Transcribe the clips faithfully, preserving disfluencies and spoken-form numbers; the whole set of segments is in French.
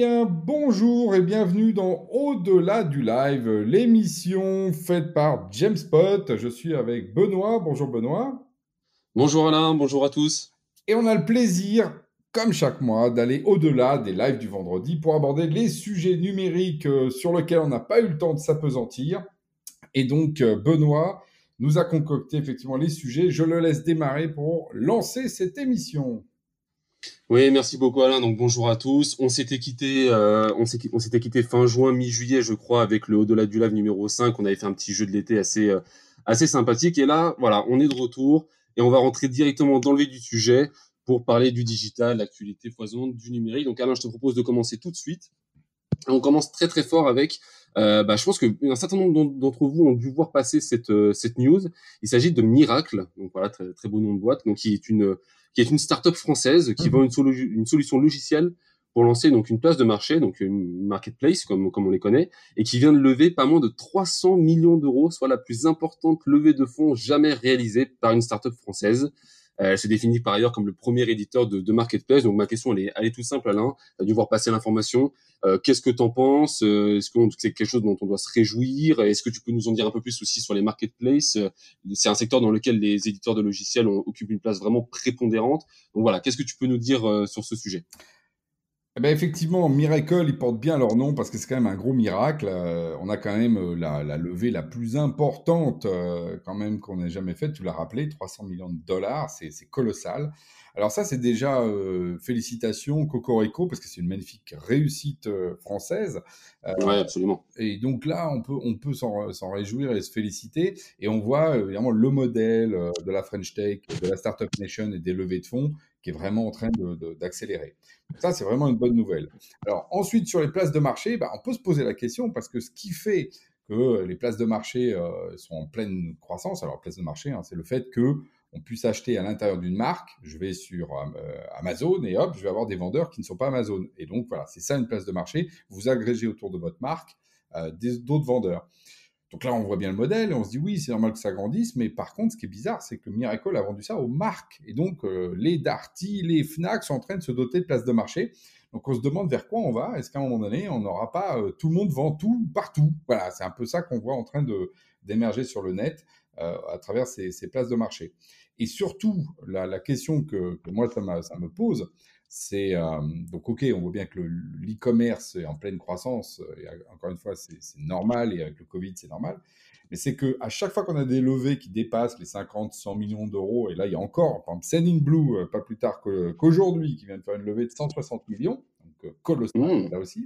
bien, bonjour et bienvenue dans Au-delà du live, l'émission faite par James Pot. Je suis avec Benoît. Bonjour Benoît. Bonjour Alain, bonjour à tous. Et on a le plaisir, comme chaque mois, d'aller au-delà des lives du vendredi pour aborder les sujets numériques euh, sur lesquels on n'a pas eu le temps de s'apesantir. Et donc, euh, Benoît nous a concocté effectivement les sujets. Je le laisse démarrer pour lancer cette émission. Oui, merci beaucoup Alain. Donc bonjour à tous. On s'était quitté, euh, on s'est- on s'était quitté fin juin, mi-juillet, je crois, avec le Au-delà du live numéro cinq. On avait fait un petit jeu de l'été assez, euh, assez sympathique. Et là, voilà, on est de retour et on va rentrer directement dans le vif du sujet pour parler du digital, l'actualité foisonnante du numérique. Donc Alain, je te propose de commencer tout de suite. On commence très très fort avec, euh, bah, je pense que un certain nombre d'en- d'entre vous ont dû voir passer cette euh, cette news. Il s'agit de Miracle, donc voilà, très très beau nom de boîte, donc qui est une qui est une start-up française qui vend une, solu- une solution logicielle pour lancer donc une place de marché, donc une marketplace comme comme on les connaît, et qui vient de lever pas moins de trois cents millions d'euros, soit la plus importante levée de fonds jamais réalisée par une start-up française. Euh, elle se définit par ailleurs comme le premier éditeur de, de marketplace. Donc ma question elle est, elle est toute simple, Alain. Tu as dû voir passer l'information. Euh, qu'est-ce que tu en penses? Euh, Est-ce que c'est quelque chose dont on doit se réjouir? Est-ce que tu peux nous en dire un peu plus aussi sur les marketplaces? Euh, C'est un secteur dans lequel les éditeurs de logiciels ont, occupent une place vraiment prépondérante. Donc voilà, qu'est-ce que tu peux nous dire euh, sur ce sujet? Eh ben, effectivement, Miracle, ils portent bien leur nom parce que c'est quand même un gros miracle. Euh, on a quand même euh, la, la levée la plus importante euh, quand même qu'on ait jamais faite. Tu l'as rappelé, trois cents millions de dollars, c'est c'est colossal. Alors ça, c'est déjà euh, félicitations, Cocorico, parce que c'est une magnifique réussite euh, française. Euh, Ouais, absolument. et donc là, on peut, on peut s'en, s'en réjouir et se féliciter. Et on voit euh, évidemment le modèle euh, de la French Tech, de la Startup Nation et des levées de fonds qui est vraiment en train de- de- d'accélérer. Donc ça, c'est vraiment une bonne nouvelle. Alors ensuite, sur les places de marché, bah, on peut se poser la question parce que ce qui fait que les places de marché euh, sont en pleine croissance, alors places de marché, hein, c'est le fait que on puisse acheter à l'intérieur d'une marque. Je vais sur euh, Amazon et hop, je vais avoir des vendeurs qui ne sont pas Amazon. Et donc voilà, c'est ça une place de marché. Vous agrégez autour de votre marque euh, des- d'autres vendeurs. Donc là, on voit bien le modèle et on se dit oui, c'est normal que ça grandisse, mais par contre, ce qui est bizarre, c'est que Miracle a vendu ça aux marques. Et donc, euh, les Darty, les Fnac sont en train de se doter de places de marché. Donc, on se demande vers quoi on va. Est-ce qu'à un moment donné, on n'aura pas euh, tout le monde vend tout partout? Voilà, c'est un peu ça qu'on voit en train de, d'émerger sur le net euh, à travers ces, ces places de marché. Et surtout, la, la question que, que moi, ça, m'a- ça me pose, c'est euh, donc ok, on voit bien que le- l'e-commerce est en pleine croissance. Et euh, encore une fois, c'est c'est normal et avec le Covid, c'est normal. Mais c'est que à chaque fois qu'on a des levées qui dépassent les cinquante, cent millions d'euros, et là il y a encore, par exemple, Sendinblue, euh, pas plus tard que- qu'aujourd'hui, qui vient de faire une levée de cent soixante millions, donc euh, colossal Mmh. là aussi.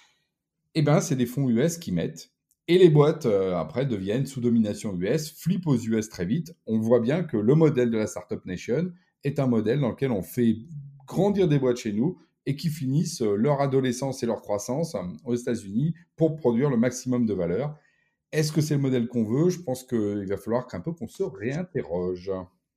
Eh ben c'est des fonds U S qui mettent. Et les boîtes, euh, après, deviennent sous domination U S, flippent aux U S très vite. On voit bien que le modèle de la Startup Nation est un modèle dans lequel on fait grandir des boîtes chez nous et qui finissent euh, leur adolescence et leur croissance euh, aux États-Unis pour produire le maximum de valeur. Est-ce que c'est le modèle qu'on veut? Je pense qu'il va falloir qu'un peu qu'on se réinterroge.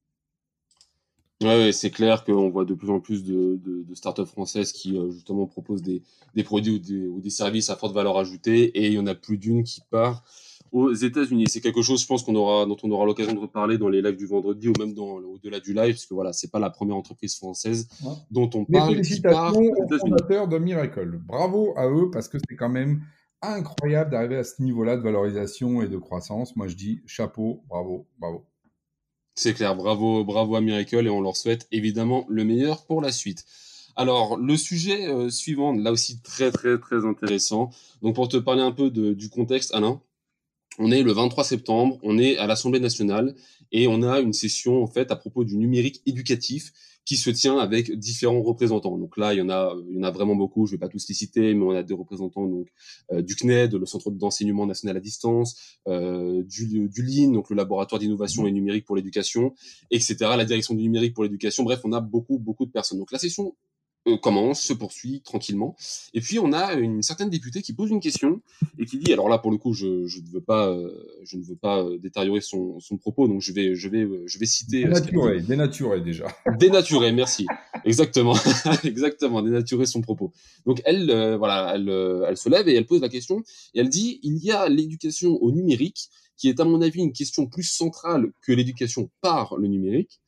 Ouais, ouais, c'est clair qu'on voit de plus en plus de, de, de startups françaises qui euh, justement proposent des, des produits ou des, ou des services à forte valeur ajoutée, et il y en a plus d'une qui part aux États-Unis. C'est quelque chose, je pense, qu'on aura, dont on aura l'occasion de reparler dans les lives du vendredi ou même dans au-delà du live, parce que voilà, c'est pas la première entreprise française Ouais. dont on Mes parle qui félicitations part aux aux États-Unis. fondateurs de Miracle. Bravo à eux parce que c'est quand même incroyable d'arriver à ce niveau-là de valorisation et de croissance. Moi, je dis chapeau, bravo, bravo. C'est clair, bravo, bravo à Miracle, et on leur souhaite évidemment le meilleur pour la suite. Alors, le sujet euh, suivant, là aussi très très très intéressant. Donc, pour te parler un peu de- du contexte, Alain, on est le vingt-trois septembre, on est à l'Assemblée nationale et on a une session en fait à propos du numérique éducatif qui se tient avec différents représentants. Donc là, il y en a, il y en a vraiment beaucoup. Je vais pas tous les citer, mais on a des représentants donc euh, du C N E D, le Centre d'enseignement national à distance, euh, du, du L I N, donc le laboratoire d'innovation et numérique pour l'éducation, et cetera. La direction du numérique pour l'éducation. Bref, on a beaucoup beaucoup de personnes. Donc la session euh, commence, se poursuit tranquillement. Et puis on a une certaine députée qui pose une question et qui dit, alors là pour le coup je, je ne veux pas, euh, je ne veux pas euh, détériorer son, son propos, donc je vais, je vais, euh, je vais citer euh, ce qu'elle dit. Dénaturé, dénaturé déjà. Dénaturer, merci. Exactement, exactement, dénaturer son propos. Donc elle, euh, voilà, elle, euh, elle se lève et elle pose la question et elle dit, il y a l'éducation au numérique qui est à mon avis une question plus centrale que l'éducation par le numérique.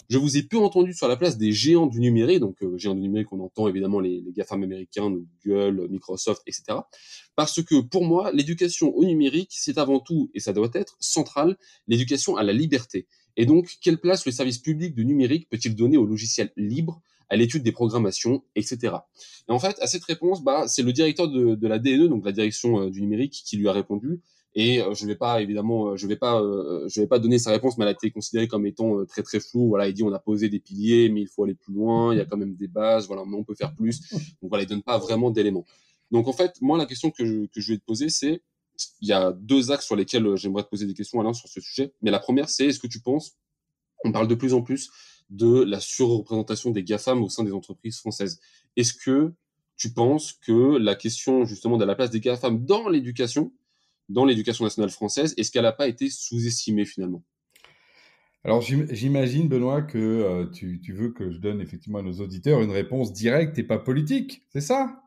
Je vous ai peu entendu sur la place des géants du numérique, donc euh, géants du numérique, on entend évidemment les, les GAFAM américains, donc Google, Microsoft, et cetera. Parce que pour moi, l'éducation au numérique, c'est avant tout, et ça doit être central, l'éducation à la liberté. Et donc, quelle place le service public du numérique peut-il donner aux logiciels libres, à l'étude des programmations, et cetera. Et en fait, à cette réponse, bah, c'est le directeur de, de la D N E, donc la direction euh, du numérique, qui lui a répondu. Et euh, je vais pas évidemment, euh, je vais pas, euh, je vais pas donner sa réponse, mais elle a été considérée comme étant euh, très très floue. Voilà, il dit on a posé des piliers, mais il faut aller plus loin. Il y a quand même des bases. Voilà, mais on peut faire plus. Donc voilà, il donne pas vraiment d'éléments. Donc en fait, moi la question que je, que je vais te poser, c'est il y a deux axes sur lesquels euh, j'aimerais te poser des questions, Alain, sur ce sujet. Mais la première, c'est est-ce que tu penses, on parle de plus en plus de la surreprésentation des GAFAM au sein des entreprises françaises. Est-ce que tu penses que la question justement de la place des GAFAM dans l'éducation dans l'éducation nationale française, est-ce qu'elle n'a pas été sous-estimée finalement? Alors j'im- j'imagine, Benoît, que euh, tu, tu veux que je donne effectivement à nos auditeurs une réponse directe et pas politique, c'est ça?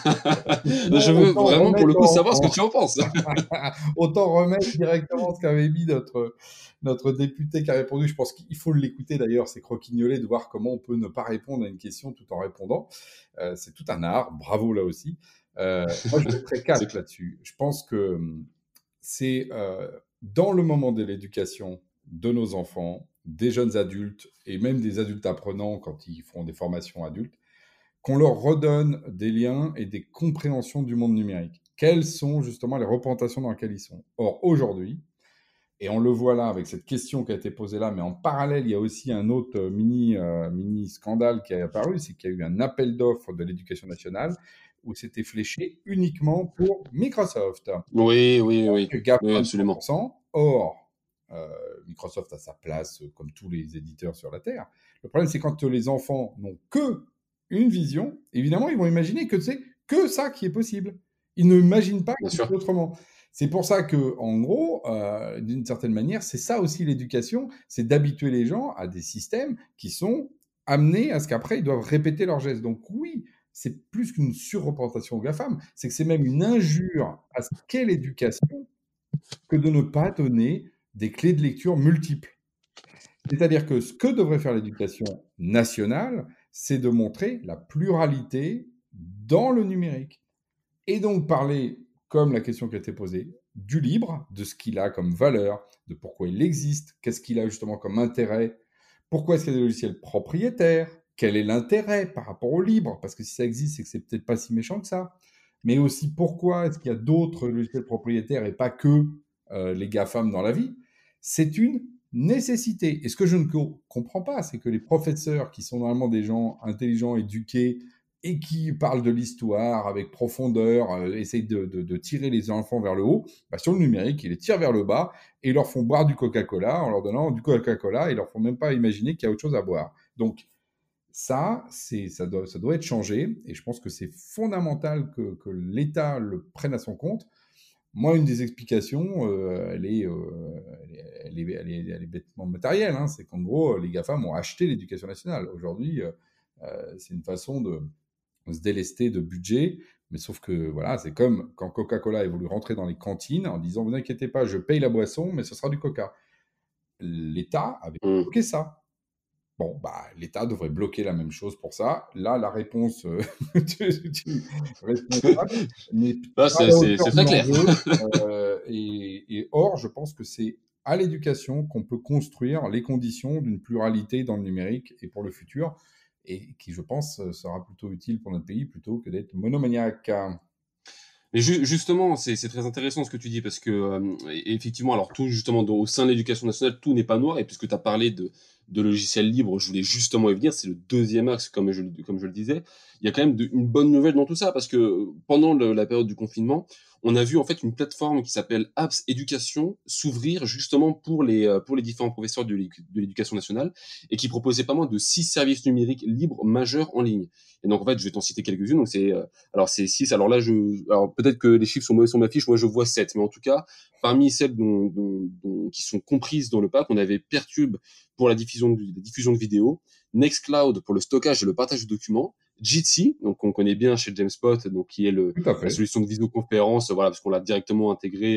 Sinon, Je veux autant vraiment pour le remettre coup en, savoir ce en- que tu en penses. autant remettre directement ce qu'avait mis notre, notre député qui a répondu. Je pense qu'il faut l'écouter d'ailleurs, c'est croquignolé de voir comment on peut ne pas répondre à une question tout en répondant. Euh, c'est tout un art, bravo là aussi. Euh, moi, je mettrais C'est quatre clair. là-dessus. Je pense que hum, c'est euh, dans le moment de l'éducation de nos enfants, des jeunes adultes et même des adultes apprenants quand ils font des formations adultes, qu'on leur redonne des liens et des compréhensions du monde numérique. Quelles sont justement les représentations dans lesquelles ils sont. Or, aujourd'hui, et on le voit là avec cette question qui a été posée là, mais en parallèle, il y a aussi un autre euh, mini, euh, mini scandale qui est apparu, c'est qu'il y a eu un appel d'offres de l'éducation nationale où c'était fléché uniquement pour Microsoft. Oui, oui, oui, Que GAFAM oui, absolument. cent pour cent. Or, euh, Microsoft a sa place euh, comme tous les éditeurs sur la Terre. Le problème, c'est quand les enfants n'ont que une vision, évidemment, ils vont imaginer que c'est que ça qui est possible. Ils ne imaginent pas Bien que c'est sûr. autrement. C'est pour ça que, en gros, euh, d'une certaine manière, c'est ça aussi l'éducation, c'est d'habituer les gens à des systèmes qui sont amenés à ce qu'après ils doivent répéter leurs gestes. Donc oui, c'est plus qu'une surreprésentation aux GAFAM, c'est que c'est même une injure à ce qu'est l'éducation que de ne pas donner des clés de lecture multiples. C'est-à-dire que ce que devrait faire l'éducation nationale, c'est de montrer la pluralité dans le numérique. Et donc parler, comme la question qui a été posée, du libre, de ce qu'il a comme valeur, de pourquoi il existe, qu'est-ce qu'il a justement comme intérêt, pourquoi est-ce qu'il y a des logiciels propriétaires, quel est l'intérêt par rapport au libre, parce que si ça existe, c'est que c'est peut-être pas si méchant que ça, mais aussi pourquoi est-ce qu'il y a d'autres logiciels propriétaires et pas que euh, les GAFAM dans la vie, c'est une nécessité. Et ce que je ne co- comprends pas, c'est que les professeurs, qui sont normalement des gens intelligents, éduqués, et qui parlent de l'histoire avec profondeur, euh, essayent de, de, de tirer les enfants vers le haut, bah, sur le numérique, ils les tirent vers le bas et ils leur font boire du Coca-Cola en leur donnant du Coca-Cola et ils leur font même pas imaginer qu'il y a autre chose à boire. Donc, ça, c'est, ça, doit, ça doit être changé et je pense que c'est fondamental que, que l'État le prenne à son compte. Moi, une des explications, euh, elle, est, euh, elle, est, elle, est, elle, est, elle est bêtement matérielle. Hein, c'est qu'en gros, les GAFAM ont acheté l'éducation nationale. Aujourd'hui, euh, c'est une façon de, se délester de budget. Mais sauf que, voilà, c'est comme quand Coca-Cola est voulu rentrer dans les cantines en disant, vous inquiétez pas, je paye la boisson, mais ce sera du Coca. L'État avait Mm. bloqué ça. Bon, bah, l'État devrait bloquer la même chose pour ça. Là, la réponse euh, du, du responsable n'est Là, pas à c'est la c'est- hauteur c'est de très clair. l'enjeu. Euh, et, et or, je pense que c'est à l'éducation qu'on peut construire les conditions d'une pluralité dans le numérique et pour le futur, et qui, je pense, sera plutôt utile pour notre pays plutôt que d'être monomaniaque. Mais ju- justement, c'est c'est très intéressant ce que tu dis parce que euh, et- effectivement, alors tout justement dans- au sein de l'éducation nationale, tout n'est pas noir. Et puisque tu as parlé de, de logiciels libres, je voulais justement y venir. C'est le deuxième axe, comme je, le- comme je le disais. Il y a quand même de- une bonne nouvelle dans tout ça parce que euh, pendant le- la période du confinement, on a vu en fait une plateforme qui s'appelle Apps Éducation s'ouvrir justement pour les euh, pour les différents professeurs de l'édu- de l'éducation nationale et qui proposait pas moins de six services numériques libres majeurs en ligne. Et donc en fait, je vais t'en citer quelques-unes. Donc c'est euh, alors c'est six. Alors là, je, alors peut-être que les chiffres sont mauvais sur ma fiche. Moi, je vois sept. Mais en tout cas, parmi celles dont, dont, dont- qui sont comprises dans le pack, on avait Pertube pour la diffusion de, la diffusion de vidéos, Nextcloud pour le stockage et le partage de documents, Jitsi, donc qu'on connaît bien chez Jamespot, donc qui est le, Tout à la fait. solution de visioconférence, voilà, parce qu'on l'a directement intégré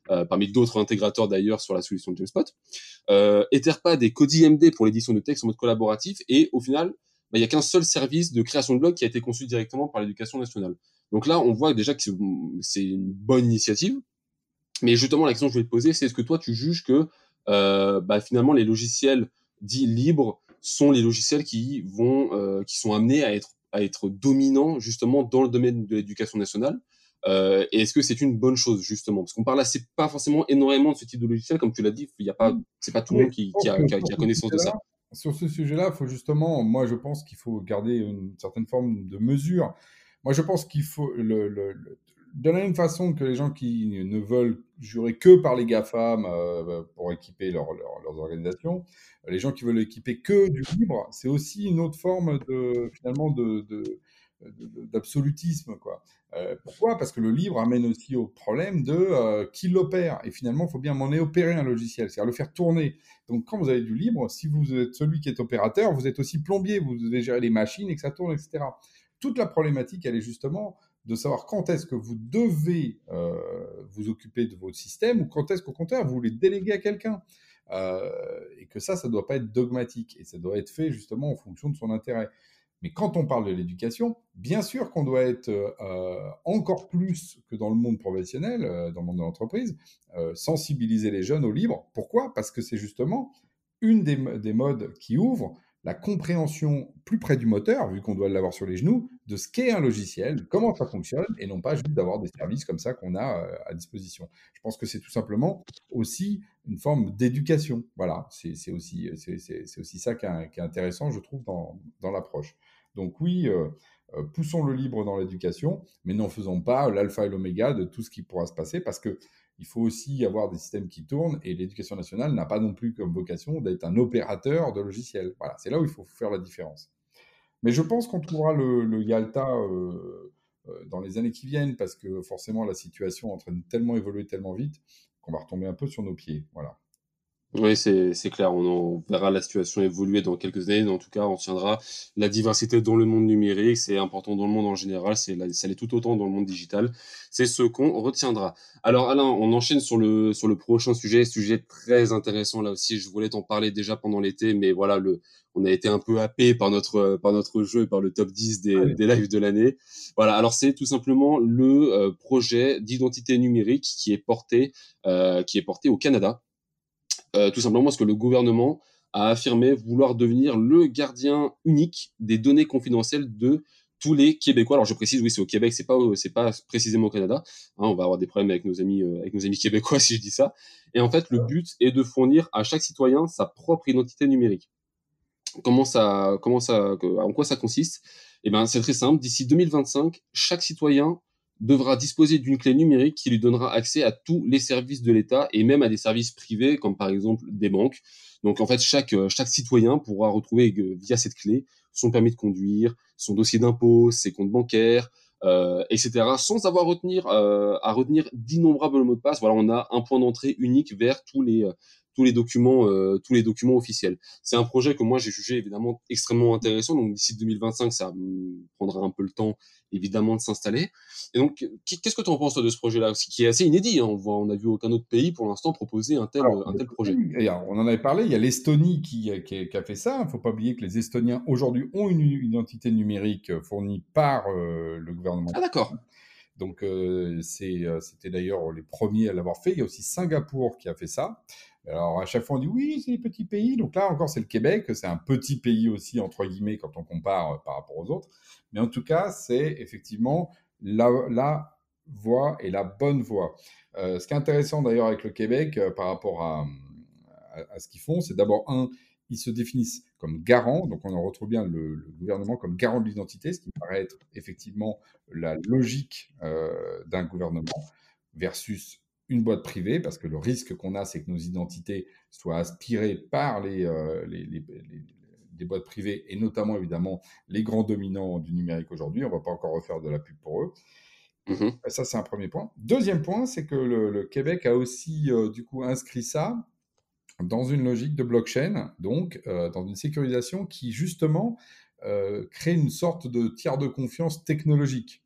euh, parmi d'autres intégrateurs d'ailleurs sur la solution de Jamespot. Euh, Etherpad et CodeIMD pour l'édition de texte en mode collaboratif. Et au final, bah, il n'y a qu'un seul service de création de blog qui a été conçu directement par l'éducation nationale. Donc là, on voit déjà que c'est une bonne initiative. Mais justement, la question que je voulais te poser, c'est est-ce que toi, tu juges que euh, bah, finalement, les logiciels dits libres sont les logiciels qui vont, euh, qui sont amenés à être, à être dominants justement dans le domaine de l'éducation nationale, euh, et est-ce que c'est une bonne chose justement? Parce qu'on parle là, c'est pas forcément énormément de ce type de logiciel, comme tu l'as dit, il y a pas, c'est pas tout le Oui, monde je qui, qui, pense a, que qui, a, sur qui a ce connaissance de sujet-là, ça. sur ce sujet-là, faut justement, moi je pense qu'il faut garder une certaine forme de mesure. Moi je pense qu'il faut, le, le, le- de la même façon que les gens qui ne veulent jurer que par les GAFAM euh, pour équiper leur, leur- leurs organisations, les gens qui veulent équiper que du libre, c'est aussi une autre forme de, finalement, de, de- de- d'absolutisme, quoi. Euh, pourquoi? Parce que le libre amène aussi au problème de euh, qui l'opère. Et finalement, il faut bien m'en opérer un logiciel, c'est-à-dire le faire tourner. Donc, quand vous avez du libre, si vous êtes celui qui est opérateur, vous êtes aussi plombier, vous devez gérer les machines et que ça tourne, et cetera. Toute la problématique, elle est justement de savoir quand est-ce que vous devez euh, vous occuper de votre système ou quand est-ce qu'au contraire, vous voulez déléguer à quelqu'un. Euh, et que ça, ça ne doit pas être dogmatique et ça doit être fait justement en fonction de son intérêt. Mais quand on parle de l'éducation, bien sûr qu'on doit être euh, encore plus que dans le monde professionnel, euh, dans le monde de l'entreprise, euh, sensibiliser les jeunes au libre. Pourquoi? Parce que c'est justement une des, des modes qui ouvre la compréhension plus près du moteur, vu qu'on doit l'avoir sur les genoux, de ce qu'est un logiciel, de comment ça fonctionne, et non pas juste d'avoir des services comme ça qu'on a euh, à disposition. Je pense que c'est tout simplement aussi une forme d'éducation. Voilà, c'est aussi, c'est aussi ça qui est, qui est, intéressant, je trouve, dans, dans l'approche. Donc oui, euh, euh, poussons le libre dans l'éducation, mais n'en faisons pas l'alpha et l'oméga de tout ce qui pourra se passer, parce que il faut aussi avoir des systèmes qui tournent, et l'éducation nationale n'a pas non plus comme vocation d'être un opérateur de logiciels. Voilà, c'est là où il faut faire la différence. Mais je pense qu'on trouvera le, le Yalta euh, euh, dans les années qui viennent, parce que forcément la situation est en train de tellement évoluer tellement vite qu'on va retomber un peu sur nos pieds. Voilà. Oui, c'est c'est clair. On, en- verra la situation évoluer dans quelques années. En tout cas, on tiendra la diversité dans le monde numérique. C'est important dans le monde en général. C'est la- ça l'est tout autant dans le monde digital. C'est ce qu'on retiendra. Alors, Alain, on enchaîne sur le sur le prochain sujet. Sujet très intéressant là aussi. Je voulais t'en parler déjà pendant l'été, mais voilà, le on a été un peu happé par notre par notre jeu et par le top dix des Allez. des lives de l'année. Voilà. Alors, c'est tout simplement le euh, projet d'identité numérique qui est porté euh, qui est porté au Canada. Euh, tout simplement parce que le gouvernement a affirmé vouloir devenir le gardien unique des données confidentielles de tous les Québécois. Alors je précise, oui, c'est au Québec, c'est pas, c'est pas précisément au Canada. Hein, on va avoir des problèmes avec nos amis, euh, avec nos amis québécois si je dis ça. Et en fait, le but est de fournir à chaque citoyen sa propre identité numérique. Comment ça, comment ça, en quoi ça consiste? Eh ben, c'est très simple. D'ici deux mille vingt-cinq, chaque citoyen devra disposer d'une clé numérique qui lui donnera accès à tous les services de l'État et même à des services privés, comme par exemple des banques. Donc, en fait, chaque, euh, chaque citoyen pourra retrouver euh, via cette clé son permis de conduire, son dossier d'impôt, ses comptes bancaires, euh, et cetera, sans avoir à retenir, euh, à retenir d'innombrables mots de passe. Voilà, on a un point d'entrée unique vers tous les, euh, tous les documents, euh, tous les documents officiels. C'est un projet que moi j'ai jugé évidemment extrêmement intéressant. Donc d'ici deux mille vingt-cinq, ça prendra un peu le temps évidemment de s'installer. Et donc, qu'est-ce que tu en penses toi, de ce projet-là, qui est assez inédit, hein. On voit, on a vu aucun autre pays pour l'instant proposer un tel, Alors, un tel projet. et alors, on en avait parlé, il y a l'Estonie qui, qui, qui a fait ça. Il ne faut pas oublier que les Estoniens aujourd'hui ont une identité numérique fournie par euh, le gouvernement. Ah d'accord. Donc, euh, c'est, euh, c'était d'ailleurs les premiers à l'avoir fait. Il y a aussi Singapour qui a fait ça. Alors, à chaque fois, on dit oui, c'est des petits pays. Donc là, encore, c'est le Québec. C'est un petit pays aussi, entre guillemets, quand on compare euh, par rapport aux autres. Mais en tout cas, c'est effectivement la, la voie et la bonne voie. Euh, ce qui est intéressant d'ailleurs avec le Québec euh, par rapport à, à, à ce qu'ils font, c'est d'abord, un, ils se définissent comme garants. Donc, on en retrouve bien le, le gouvernement comme garant de l'identité, ce qui paraît être effectivement la logique euh, d'un gouvernement versus une boîte privée, parce que le risque qu'on a, c'est que nos identités soient aspirées par les, euh, les, les, les, les boîtes privées, et notamment évidemment les grands dominants du numérique aujourd'hui. On ne va pas encore refaire de la pub pour eux. Mm-hmm. Ça, c'est un premier point. Deuxième point, c'est que le, le Québec a aussi euh, du coup inscrit ça dans une logique de blockchain, donc euh, dans une sécurisation qui justement euh, crée une sorte de tiers de confiance technologique.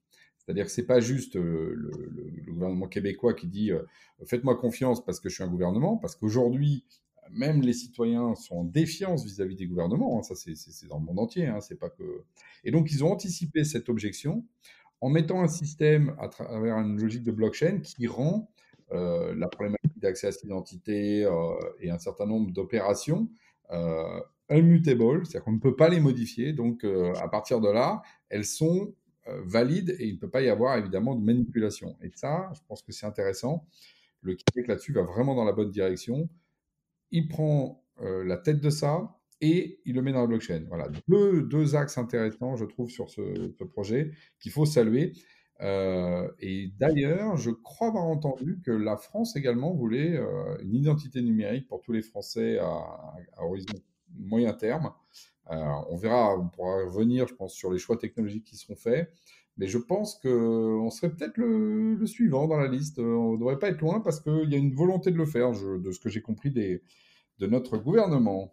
C'est-à-dire que c'est pas juste euh, le, le- le gouvernement québécois qui dit euh, faites-moi confiance parce que je suis un gouvernement, parce qu'aujourd'hui, même les citoyens sont en défiance vis-à-vis des gouvernements, hein, ça c'est c'est- c'est dans le monde entier, hein, c'est pas que... Et donc ils ont anticipé cette objection en mettant un système à travers une logique de blockchain qui rend euh, la problématique d'accès à cette identité euh, et un certain nombre d'opérations euh, immutable, c'est-à-dire qu'on ne peut pas les modifier. Donc, euh, à partir de là, elles sont euh, valides et il ne peut pas y avoir évidemment de manipulation. Et ça, je pense que c'est intéressant. Le Québec là-dessus va vraiment dans la bonne direction. Il prend euh, la tête de ça et il le met dans la blockchain. Voilà, deux, deux axes intéressants, je trouve, sur ce, ce projet qu'il faut saluer. Euh, et d'ailleurs, je crois avoir entendu que la France également voulait euh, une identité numérique pour tous les Français à, à horizon moyen terme. Euh, on verra, on pourra revenir, je pense, sur les choix technologiques qui seront faits. Mais je pense qu'on serait peut-être le, le suivant dans la liste. On ne devrait pas être loin parce qu'il y a une volonté de le faire, je- de ce que j'ai compris des, de notre gouvernement.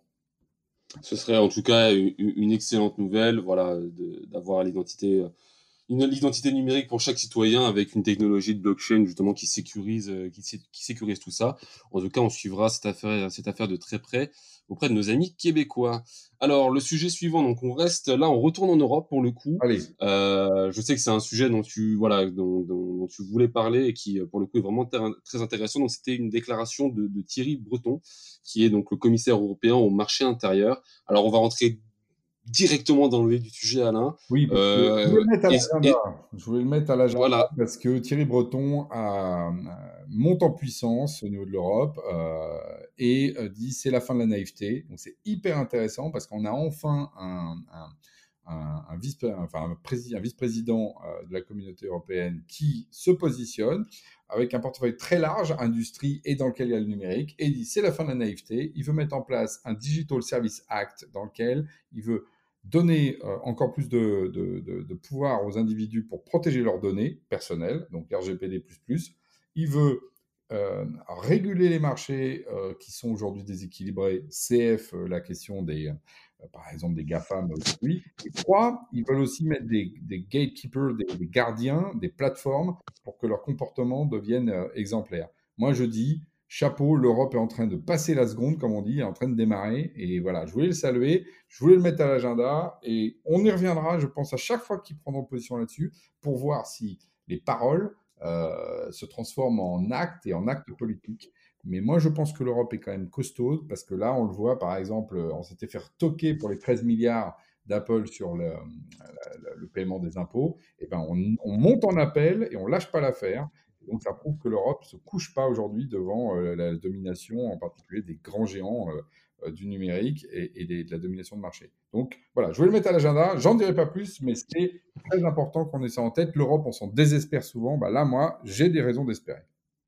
Ce serait en tout cas une, une excellente nouvelle, voilà, de- d'avoir l'identité, euh, une l'identité numérique pour chaque citoyen avec une technologie de blockchain justement qui sécurise, euh, qui, sé- qui sécurise tout ça. En tout cas, on suivra cette affaire, cette affaire de très près auprès de nos amis québécois. Alors, le sujet suivant, donc on reste là, on retourne en Europe pour le coup. Allez, Euh, je sais que c'est un sujet dont tu, voilà, dont, dont- dont tu voulais parler et qui, euh, pour le coup, est vraiment ter- très intéressant. Donc, c'était une déclaration de, de Thierry Breton, qui est donc le commissaire européen au marché intérieur. Alors, on va rentrer directement dans le vif du sujet, Alain. oui, parce que je voulais Euh, le mettre à et, l'agenda. et Je voulais le mettre à l'agenda voilà, parce que Thierry Breton a, a- monte en puissance au niveau de l'Europe euh, et euh, dit c'est la fin de la naïveté. Donc c'est hyper intéressant parce qu'on a enfin un, un, un, un vice, enfin, un, président, un vice-président euh, de la communauté européenne qui se positionne avec un portefeuille très large, industrie et dans lequel il y a le numérique, et il dit c'est la fin de la naïveté. Il veut mettre en place un Digital Service Act dans lequel il veut donner euh, encore plus de, de, de, de pouvoir aux individus pour protéger leurs données personnelles, donc R G P D plus plus. Il veut euh, réguler les marchés euh, qui sont aujourd'hui déséquilibrés, C F, euh, la question des, euh, par exemple, des GAFAM aujourd'hui. Et trois, ils veulent aussi mettre des, des gatekeepers, des, des gardiens, des plateformes pour que leur comportement devienne euh, exemplaire. Moi, je dis, chapeau, l'Europe est en train de passer la seconde, comme on dit, est en train de démarrer. Et voilà, je voulais le saluer, je voulais le mettre à l'agenda. Et on y reviendra, je pense, à chaque fois qu'ils prendront position là-dessus, pour voir si les paroles euh, se transforment en actes et en actes politiques. Mais moi, je pense que l'Europe est quand même costaude, parce que là, on le voit, par exemple, on s'était fait toquer pour les treize milliards d'Apple sur le, le, le, paiement des impôts. Et ben, on, on monte en appel et on lâche pas l'affaire. Donc ça prouve que l'Europe ne se couche pas aujourd'hui devant euh, la domination, en particulier des grands géants euh, du numérique et, et des, de la domination de marché. Donc voilà, je vais le mettre à l'agenda, j'en dirai pas plus, mais c'est très important qu'on ait ça en tête. L'Europe, on s'en désespère souvent. Bah là, moi, j'ai des raisons d'espérer.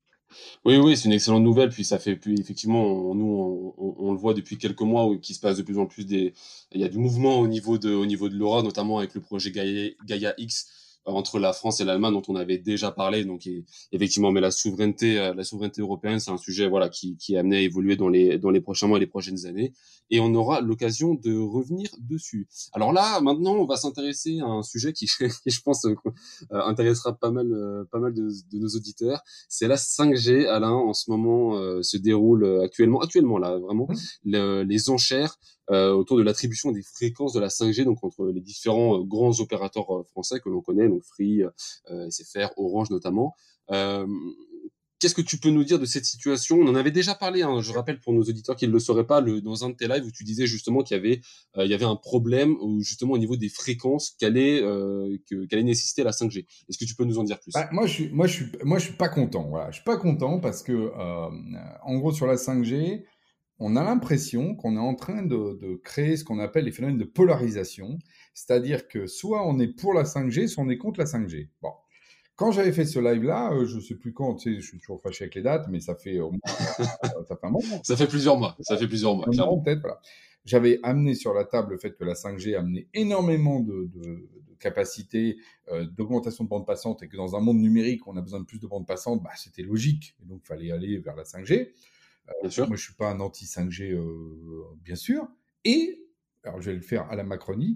oui, oui, c'est une excellente nouvelle. Puis ça fait, puis effectivement, on- nous, on, on- on le voit depuis quelques mois où qu'il se passe de plus en plus des, il y a du mouvement au niveau de, au niveau de l'Europe, notamment avec le projet Gaia, Gaia X euh, entre la France et l'Allemagne dont on avait déjà parlé. Donc et- effectivement, mais la souveraineté, euh, la souveraineté européenne, c'est un sujet voilà qui, qui est amené à évoluer dans les, dans les prochains mois et les prochaines années. Et on aura l'occasion de revenir dessus. Alors là, maintenant, on va s'intéresser à un sujet qui, qui je pense, euh, intéressera pas mal, euh, pas mal de, de nos auditeurs. C'est la cinq G, Alain, en ce moment euh, se déroule euh, actuellement, actuellement là, vraiment, Hum. le, les enchères euh, autour de l'attribution des fréquences de la cinq G, donc entre les différents euh, grands opérateurs euh, français que l'on connaît, donc Free, euh, S F R, Orange notamment. Euh, Qu'est-ce que tu peux nous dire de cette situation? On en avait déjà parlé, hein, je rappelle pour nos auditeurs qui ne le sauraient pas, le, dans un de tes lives où tu disais justement qu'il y avait, euh, il y avait un problème où, justement au niveau des fréquences qu'allait euh, que, qu'allait nécessiter la cinq G. Est-ce que tu peux nous en dire Bah, plus? moi, je suis, moi, je suis, moi, je suis pas content. Voilà. Je suis pas content parce que, euh, en gros, sur la cinq G, on a l'impression qu'on est en train de, de créer ce qu'on appelle les phénomènes de polarisation. C'est-à-dire que soit on est pour la cinq G, soit on est contre la cinq G. Bon. Quand j'avais fait ce live-là, euh, je sais plus quand, tu sais, je suis toujours fâché avec les dates, mais ça fait au moins, euh, ça fait un moment. Ça fait plusieurs mois, ça fait plusieurs mois, Un moment, clairement. peut-être, voilà. J'avais amené sur la table le fait que la cinq G amenait énormément de, de, de capacités, euh, d'augmentation de bande passante et que dans un monde numérique, on a besoin de plus de bande passante, bah, c'était logique. Et donc, il fallait aller vers la cinq G. Euh, Bien sûr. moi, je suis pas un anti cinq G, euh, bien sûr. Et, alors je vais le faire à la Macronie,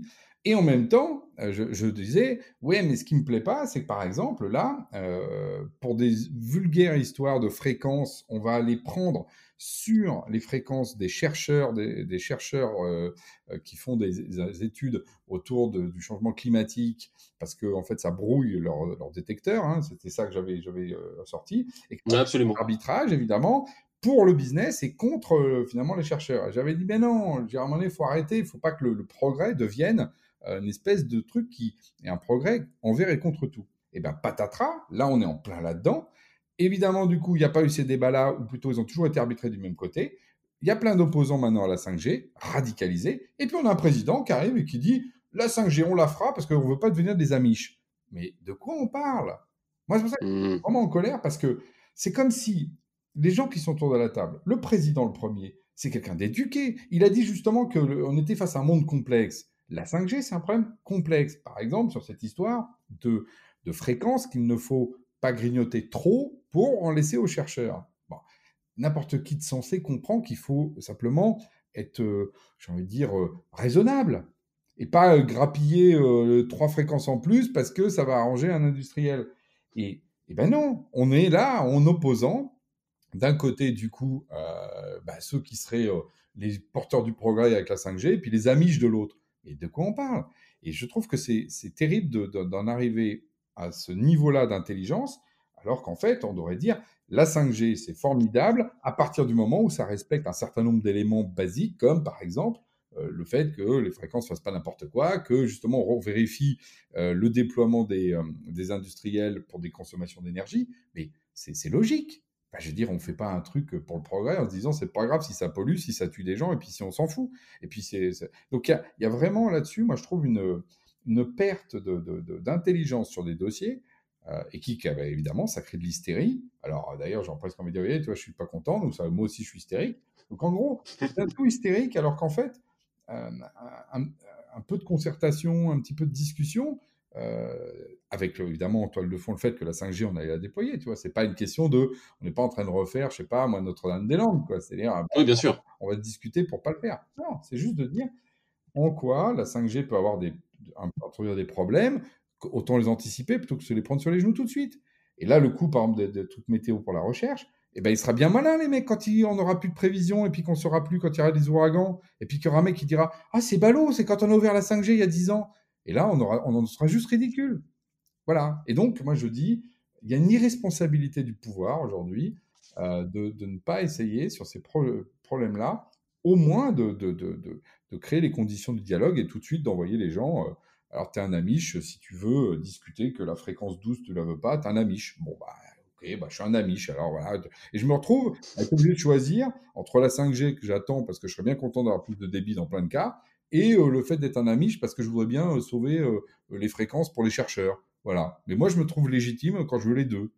Et en même temps, euh, je, je disais, ouais, mais ce qui me plaît pas, c'est que par exemple, là, euh, pour des vulgaires histoires de fréquences, on va aller prendre sur les fréquences des chercheurs, des, des chercheurs euh, euh, qui font des, des études autour de- du changement climatique, parce que en fait, ça brouille leur, leur détecteur. Hein, c'était ça que j'avais j'avais euh, sorti. Et que Ouais, absolument. arbitrage, évidemment, pour le business et contre euh, finalement les chercheurs. Et j'avais dit, mais non, à un moment donné, il faut arrêter, il ne faut pas que le, le progrès devienne euh, une espèce de truc qui est un progrès envers et contre tout. Et bien, patatras, là, on est en plein là-dedans. Évidemment, du coup, il n'y a pas eu ces débats-là, ou plutôt, ils ont toujours été arbitrés du même côté. Il y a plein d'opposants maintenant à la cinq G, radicalisés. Et puis, on a un président qui arrive et qui dit, la cinq G, on la fera parce qu'on ne veut pas devenir des amiches. Mais de quoi on parle? Moi, c'est pour ça que je suis Mmh. vraiment en colère, parce que c'est comme si les gens qui sont autour de la table, le président le premier, c'est quelqu'un d'éduqué. Il a dit justement qu'on était face à un monde complexe. La cinq G, c'est un problème complexe. Par exemple, sur cette histoire de, de fréquence qu'il ne faut pas grignoter trop pour en laisser aux chercheurs. Bon, n'importe qui de sensé comprend qu'il faut simplement être, euh, j'ai envie de dire, euh, raisonnable et pas euh, grappiller euh, trois fréquences en plus parce que ça va arranger un industriel. Et, et ben non, on est là en opposant d'un côté, du coup, euh, bah, ceux qui seraient euh, les porteurs du progrès avec la cinq G, et puis les amiches de l'autre. Et de quoi on parle? Et je trouve que c'est c'est terrible de- de- d'en arriver à ce niveau-là d'intelligence, alors qu'en fait, on devrait dire, la cinq G, c'est formidable à partir du moment où ça respecte un certain nombre d'éléments basiques, comme par exemple euh, le fait que les fréquences ne fassent pas n'importe quoi, que justement on vérifie euh, le déploiement des, euh, des industriels pour des consommations d'énergie. Mais c'est c'est logique. Bah, je veux dire, on ne fait pas un truc pour le progrès en se disant c'est pas grave si ça pollue, si ça tue des gens, et puis si on s'en fout. Et puis c'est, c'est- donc il y a, il y a vraiment là-dessus, moi je trouve une, une perte de, de- de- d'intelligence sur des dossiers, euh, et qui, qui, bah, évidemment, ça crée de l'hystérie. Alors d'ailleurs, j'ai presque envie de dire, oui, toi, je suis pas content, donc ça, moi aussi je suis hystérique. Donc en gros, c'est un tout hystérique, alors qu'en fait, euh, un, un peu de concertation, un petit peu de discussion, euh, avec évidemment en toile de fond le fait que la cinq G, on allait la déployer, tu vois, c'est pas une question de, on n'est pas en train de refaire, je sais pas, moi, Notre-Dame-des-Landes, quoi, c'est-à-dire, ah, Oui, bien bon, sûr. on va discuter pour pas le faire. Non, c'est juste de dire en quoi la cinq G peut avoir des, un- introduire des problèmes, autant les anticiper plutôt que se les prendre sur les genoux tout de suite. Et là, le coup, par exemple, de, de trucs météo pour la recherche, eh ben, il sera bien malin, les mecs, quand il, on n'aura plus de prévision et puis qu'on ne saura plus quand il y aura des ouragans, et puis qu'il y aura un mec qui dira, ah, c'est ballot, c'est quand on a ouvert la cinq G il y a dix ans. Et là, on, aura, on en sera juste ridicule. Voilà. Et donc, moi, je dis, il y a une irresponsabilité du pouvoir aujourd'hui euh, de, de ne pas essayer, sur ces pro- problèmes-là, au moins de, de, de, de- de créer les conditions du dialogue et tout de suite d'envoyer les gens. euh, alors, tu es un amiche, si tu veux euh, discuter que la fréquence douze, tu ne la veux pas, tu es un amiche. Bon, bah, ok, bah, je suis un amiche. Alors, voilà. Et je me retrouve à être obligé de choisir entre la cinq G que j'attends parce que je serais bien content d'avoir plus de débit dans plein de cas et euh, le fait d'être un amiche parce que je voudrais bien euh, sauver euh, les fréquences pour les chercheurs. Voilà. Mais moi, je me trouve légitime quand je veux les deux.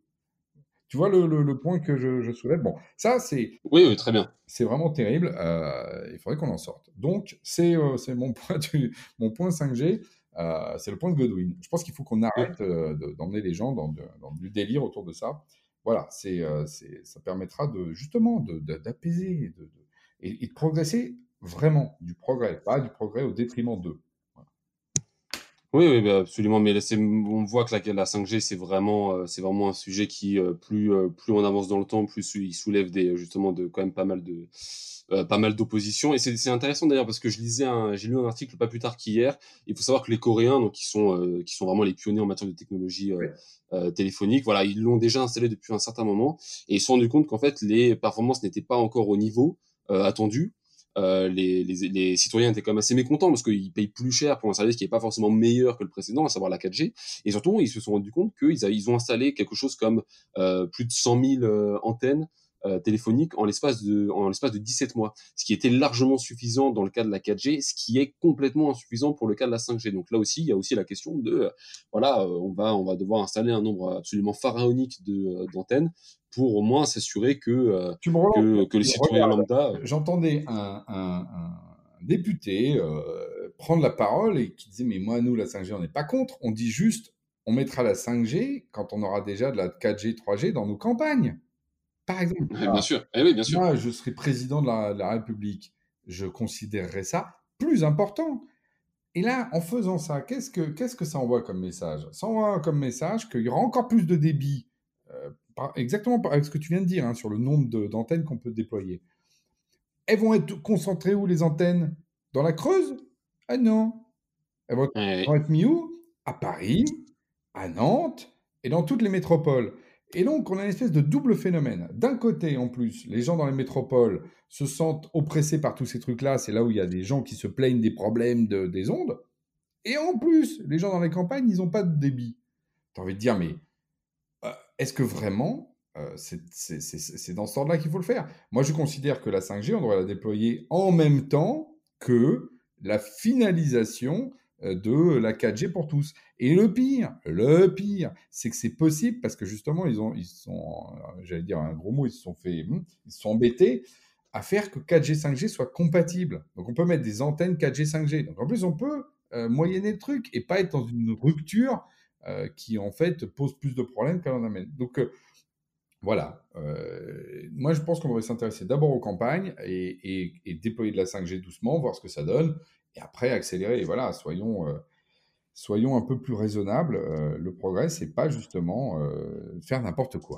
Tu vois le, le- le point que je, je soulève? Bon, ça, c'est Oui, oui, très bien. c'est vraiment terrible. Euh, il faudrait qu'on en sorte. Donc, c'est euh, c'est mon point, du- mon point cinq G. Euh, c'est le point de Godwin. Je pense qu'il faut qu'on Oui. arrête euh, de- d'emmener les gens dans, de- dans du délire autour de ça. Voilà, c'est, euh, c'est, ça permettra de justement de- de- d'apaiser de, de- et, et de progresser vraiment, du progrès, pas du progrès au détriment d'eux. Voilà. Oui, oui, bah, absolument, mais là, c'est on voit que la la cinq G, c'est vraiment, heu, c'est vraiment un sujet qui, heu, plus, heu, plus on avance dans le temps, plus il soulève des justement de quand même pas mal de, heu, pas mal d'opposition et c'est c'est intéressant d'ailleurs parce que je lisais un j'ai lu un article pas plus tard qu'hier. Il faut savoir que les Coréens, donc qui sont, heu, qui sont vraiment les pionniers en matière de technologie, heu Ouais. heu, téléphonique, voilà, ils l'ont déjà installé depuis un certain moment et ils se sont rendus compte qu'en fait, les performances n'étaient pas encore au niveau, heu, attendu. Euh, les, les, les citoyens étaient quand même assez mécontents parce qu'ils payent plus cher pour un service qui n'est pas forcément meilleur que le précédent, à savoir la quatre G. Et surtout, ils se sont rendus compte qu'ils a- ils ont installé quelque chose comme euh, plus de cent mille euh, antennes euh, téléphoniques en l'espace de, en l'espace de dix-sept mois, ce qui était largement suffisant dans le cas de la quatre G, ce qui est complètement insuffisant pour le cas de la cinq G. Donc là aussi, il y a aussi la question de, euh, voilà, euh, on va, on va devoir installer un nombre absolument pharaonique de, euh, d'antennes pour au moins s'assurer que, euh, Tu me relances que, que les là-dessus. citoyens Regarde, lambda. euh, j'entendais un, un- un député euh, prendre la parole et qui disait, mais moi, nous, la cinq G, on n'est pas contre. On dit juste, on mettra la cinq G quand on aura déjà de la quatre G, trois G dans nos campagnes. Par exemple, Ouais, bien sûr. Eh oui, bien sûr. moi, je serais président de la, de la République. Je considérerais ça plus important. Et là, en faisant ça, qu'est-ce que, qu'est-ce que ça envoie comme message? Ça envoie comme message qu'il y aura encore plus de débit, euh, par- exactement par- avec ce que tu viens de dire, hein, sur le nombre de- d'antennes qu'on peut déployer. Elles vont être concentrées où, les antennes? Dans la Creuse? Ah non. Elles vont, elles Ouais. vont être mises où? À Paris, à Nantes et dans toutes les métropoles. Et donc, on a une espèce de double phénomène. D'un côté, en plus, les gens dans les métropoles se sentent oppressés par tous ces trucs-là. C'est là où il y a des gens qui se plaignent des problèmes de- des ondes. Et en plus, les gens dans les campagnes, ils n'ont pas de débit. Tu as envie de dire, mais euh, est-ce que vraiment euh, c'est c'est- c'est- c'est dans ce ordre-là qu'il faut le faire? Moi, je considère que la cinq G, on devrait la déployer en même temps que la finalisation euh, de la quatre G pour tous. Et le pire, le pire, c'est que c'est possible parce que justement, ils ont, ils sont, euh, j'allais dire un gros mot, ils se sont fait, hmm, ils se sont embêtés à faire que quatre G, cinq G soient compatibles. Donc, on peut mettre des antennes quatre G, cinq G. Donc, en plus, on peut euh, moyenner le truc et pas être dans une rupture euh, qui en fait pose plus de problèmes qu'elle en amène. Donc euh, voilà, euh, moi je pense qu'on devrait s'intéresser d'abord aux campagnes et, et- et déployer de la cinq G doucement, voir ce que ça donne, et après accélérer. Et voilà, soyons, euh, soyons un peu plus raisonnables. Euh, le progrès, c'est pas justement euh, faire n'importe quoi.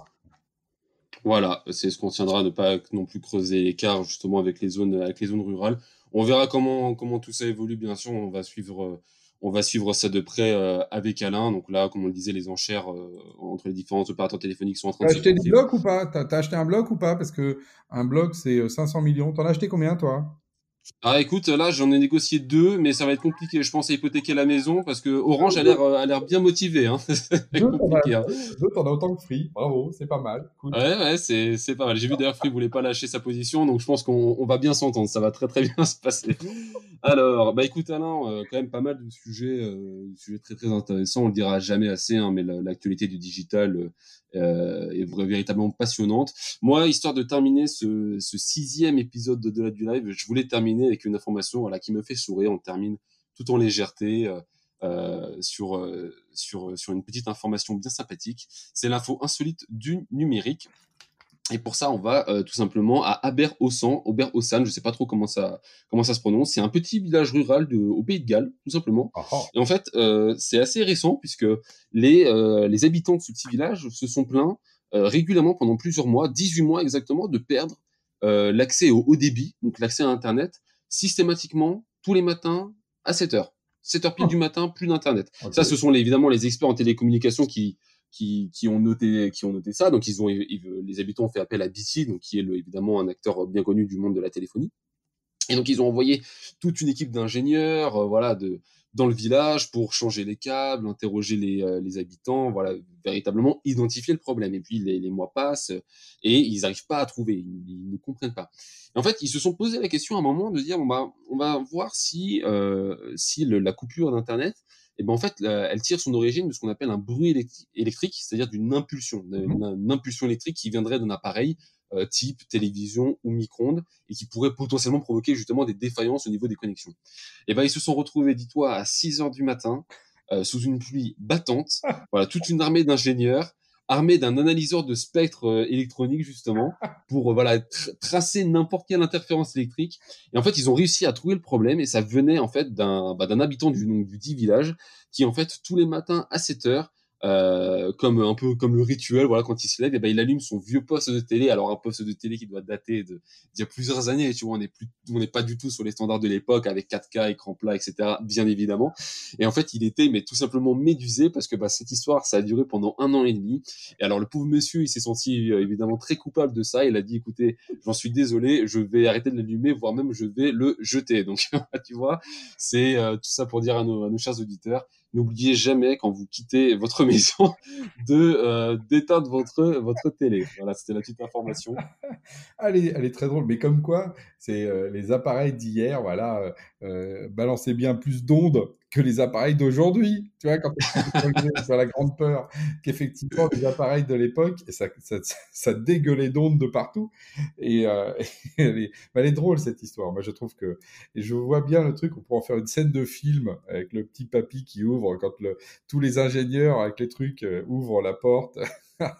Voilà, c'est ce qu'on tiendra, ne pas non plus creuser l'écart justement avec les zones, avec les zones rurales. On verra comment, comment tout ça évolue, bien sûr. On va suivre, euh, on va suivre ça de près euh, avec Alain. Donc là, comme on le disait, les enchères euh, entre les différents opérateurs téléphoniques sont en train T'as de se acheté des poursuivre. blocs ou pas? T'as, t'as acheté un bloc ou pas? Parce que un bloc, c'est euh, cinq cents millions. T'en as acheté combien, toi? Ah écoute, là j'en ai négocié deux, mais ça va être compliqué. Je pense à hypothéquer la maison parce que Orange a l'air euh, a l'air bien motivé. Hein. C'est Deux, t'en as, compliqué. Hein. deux, t'en as autant que Free. Bravo, c'est pas mal. Cool. Ouais, ouais, c'est, c'est pas mal. J'ai vu d'ailleurs Free voulait pas lâcher sa position, donc je pense qu'on on va bien s'entendre. Ça va très très bien se passer. Alors, bah écoute Alain, euh, quand même pas mal de sujets, euh, de sujets très très intéressants. On le dira jamais assez, hein, mais la- l'actualité du digital euh, euh, est vra- véritablement passionnante. Moi, histoire de terminer ce, ce sixième épisode de Delà du Live, je voulais terminer avec une information, voilà, qui me fait sourire. On termine tout en légèreté. Euh, euh, sur, euh, sur, sur une petite information bien sympathique. C'est l'info insolite du numérique. Et pour ça, on va euh, tout simplement à Aber-Ossan, Ober-Ossan, je sais pas trop comment ça, comment ça se prononce. C'est un petit village rural de, au Pays de Galles, tout simplement. Ah, ah. Et en fait, euh, c'est assez récent puisque les, euh, les habitants de ce petit village se sont plaints euh, régulièrement pendant plusieurs mois, dix-huit mois exactement, de perdre euh, l'accès au haut débit, donc l'accès à Internet, systématiquement tous les matins à sept heures. sept heures pile du Ah, matin, plus d'Internet. ok. Ça, ce sont les, évidemment les experts en télécommunications qui, qui, qui ont noté, qui ont noté ça. Donc, ils ont, ils- les habitants ont fait appel à B T, donc qui est le- évidemment un acteur bien connu du monde de la téléphonie. Et donc, ils ont envoyé toute une équipe d'ingénieurs, euh, voilà, de, dans le village pour changer les câbles, interroger les, euh, les habitants, voilà, véritablement identifier le problème. Et puis, les, les mois passent euh, et ils n'arrivent pas à trouver, ils, ils ne comprennent pas. Et en fait, ils se sont posé la question à un moment de dire, bon, bah, on va voir si, euh, si le- la coupure d'Internet, et ben en fait, la- elle tire son origine de ce qu'on appelle un bruit électri- électrique, c'est-à-dire d'une impulsion, Mhm. d'une une impulsion électrique qui viendrait d'un appareil euh, type télévision ou micro-ondes et qui pourrait potentiellement provoquer justement des défaillances au niveau des connexions. Et ben ils se sont retrouvés, dis-toi, à six heures du matin, euh, sous une pluie battante, voilà, toute une armée d'ingénieurs, armés d'un analyseur de spectre euh, électronique justement, pour euh, voilà tr- tracer n'importe quelle interférence électrique. Et en fait, ils ont réussi à trouver le problème et ça venait en fait d'un bah, d'un habitant du, donc, du dit village qui en fait tous les matins à sept heures euh, comme un peu comme le rituel, voilà, quand il se lève, et ben il allume son vieux poste de télé. Alors un poste de télé qui doit dater de d'il y a plusieurs années. Tu vois, on n'est plus, on n'est pas du tout sur les standards de l'époque avec quatre K, écran plat, et cetera. Bien évidemment. Et en fait, il était mais tout simplement médusé parce que bah, cette histoire, ça a duré pendant un an et demi. Et alors le pauvre monsieur, il s'est senti euh, évidemment très coupable de ça. Il a dit, écoutez, j'en suis désolé, je vais arrêter de l'allumer, voire même je vais le jeter. Donc tu vois, c'est euh, tout ça pour dire à nos, à nos chers auditeurs. N'oubliez jamais quand vous quittez votre maison de euh, d'éteindre votre votre télé. Voilà, c'était la petite information. Elle est, elle est très drôle, mais comme quoi, c'est euh, les appareils d'hier, voilà, euh, euh, balançaient bien plus d'ondes que les appareils d'aujourd'hui. Tu vois, quand tu sur la grande peur qu'effectivement les appareils de l'époque, ça, ça, ça dégueulait d'ondes de partout. Et, euh, et elle, est, bah, elle est drôle cette histoire. Moi, je trouve que, et je vois bien le truc, on pourrait en faire une scène de film avec le petit papy qui ouvre quand le, tous les ingénieurs avec les trucs euh, ouvrent la porte.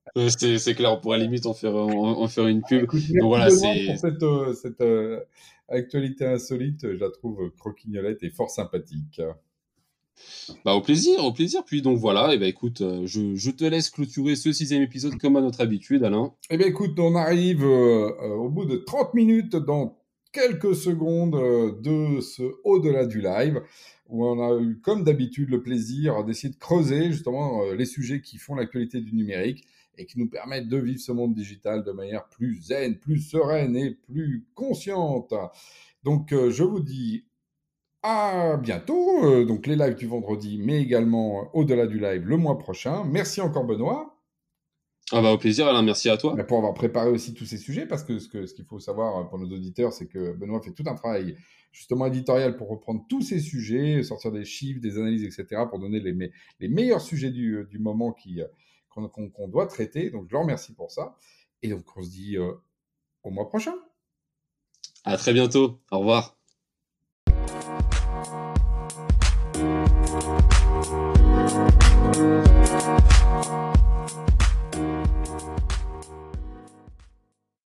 Euh, C'est c'est clair, on pourrait limite en faire, en, en faire une pub. Écoute, Donc merci voilà, Benoît c'est. pour cette, euh, cette euh, actualité insolite. Je la trouve croquignolette et fort sympathique. Bah, au plaisir, au plaisir. Puis donc voilà, et ben écoute, euh, je, je te laisse clôturer ce sixième épisode comme à notre habitude, Alain. Eh bien, écoute, on arrive euh, euh, au bout de trente minutes dans quelques secondes euh, de ce au-delà du live, où on a eu, comme d'habitude, le plaisir d'essayer de creuser justement euh, les sujets qui font l'actualité du numérique et qui nous permettent de vivre ce monde digital de manière plus zen, plus sereine et plus consciente. Donc, euh, je vous dis à bientôt. Euh, donc, les lives du vendredi, mais également euh, au-delà du live le mois prochain. Merci encore, Benoît. Ah bah au plaisir, Alain, merci à toi. Mais pour avoir préparé aussi tous ces sujets, parce que ce que, ce qu'il faut savoir euh, pour nos auditeurs, c'est que Benoît fait tout un travail justement éditorial pour reprendre tous ces sujets, sortir des chiffres, des analyses, et cetera, pour donner les, me- les meilleurs sujets du, euh, du moment qui, euh, qu'on, qu'on- qu'on doit traiter. Donc je le remercie pour ça. Et donc on se dit euh, au mois prochain. À très bientôt. Au revoir.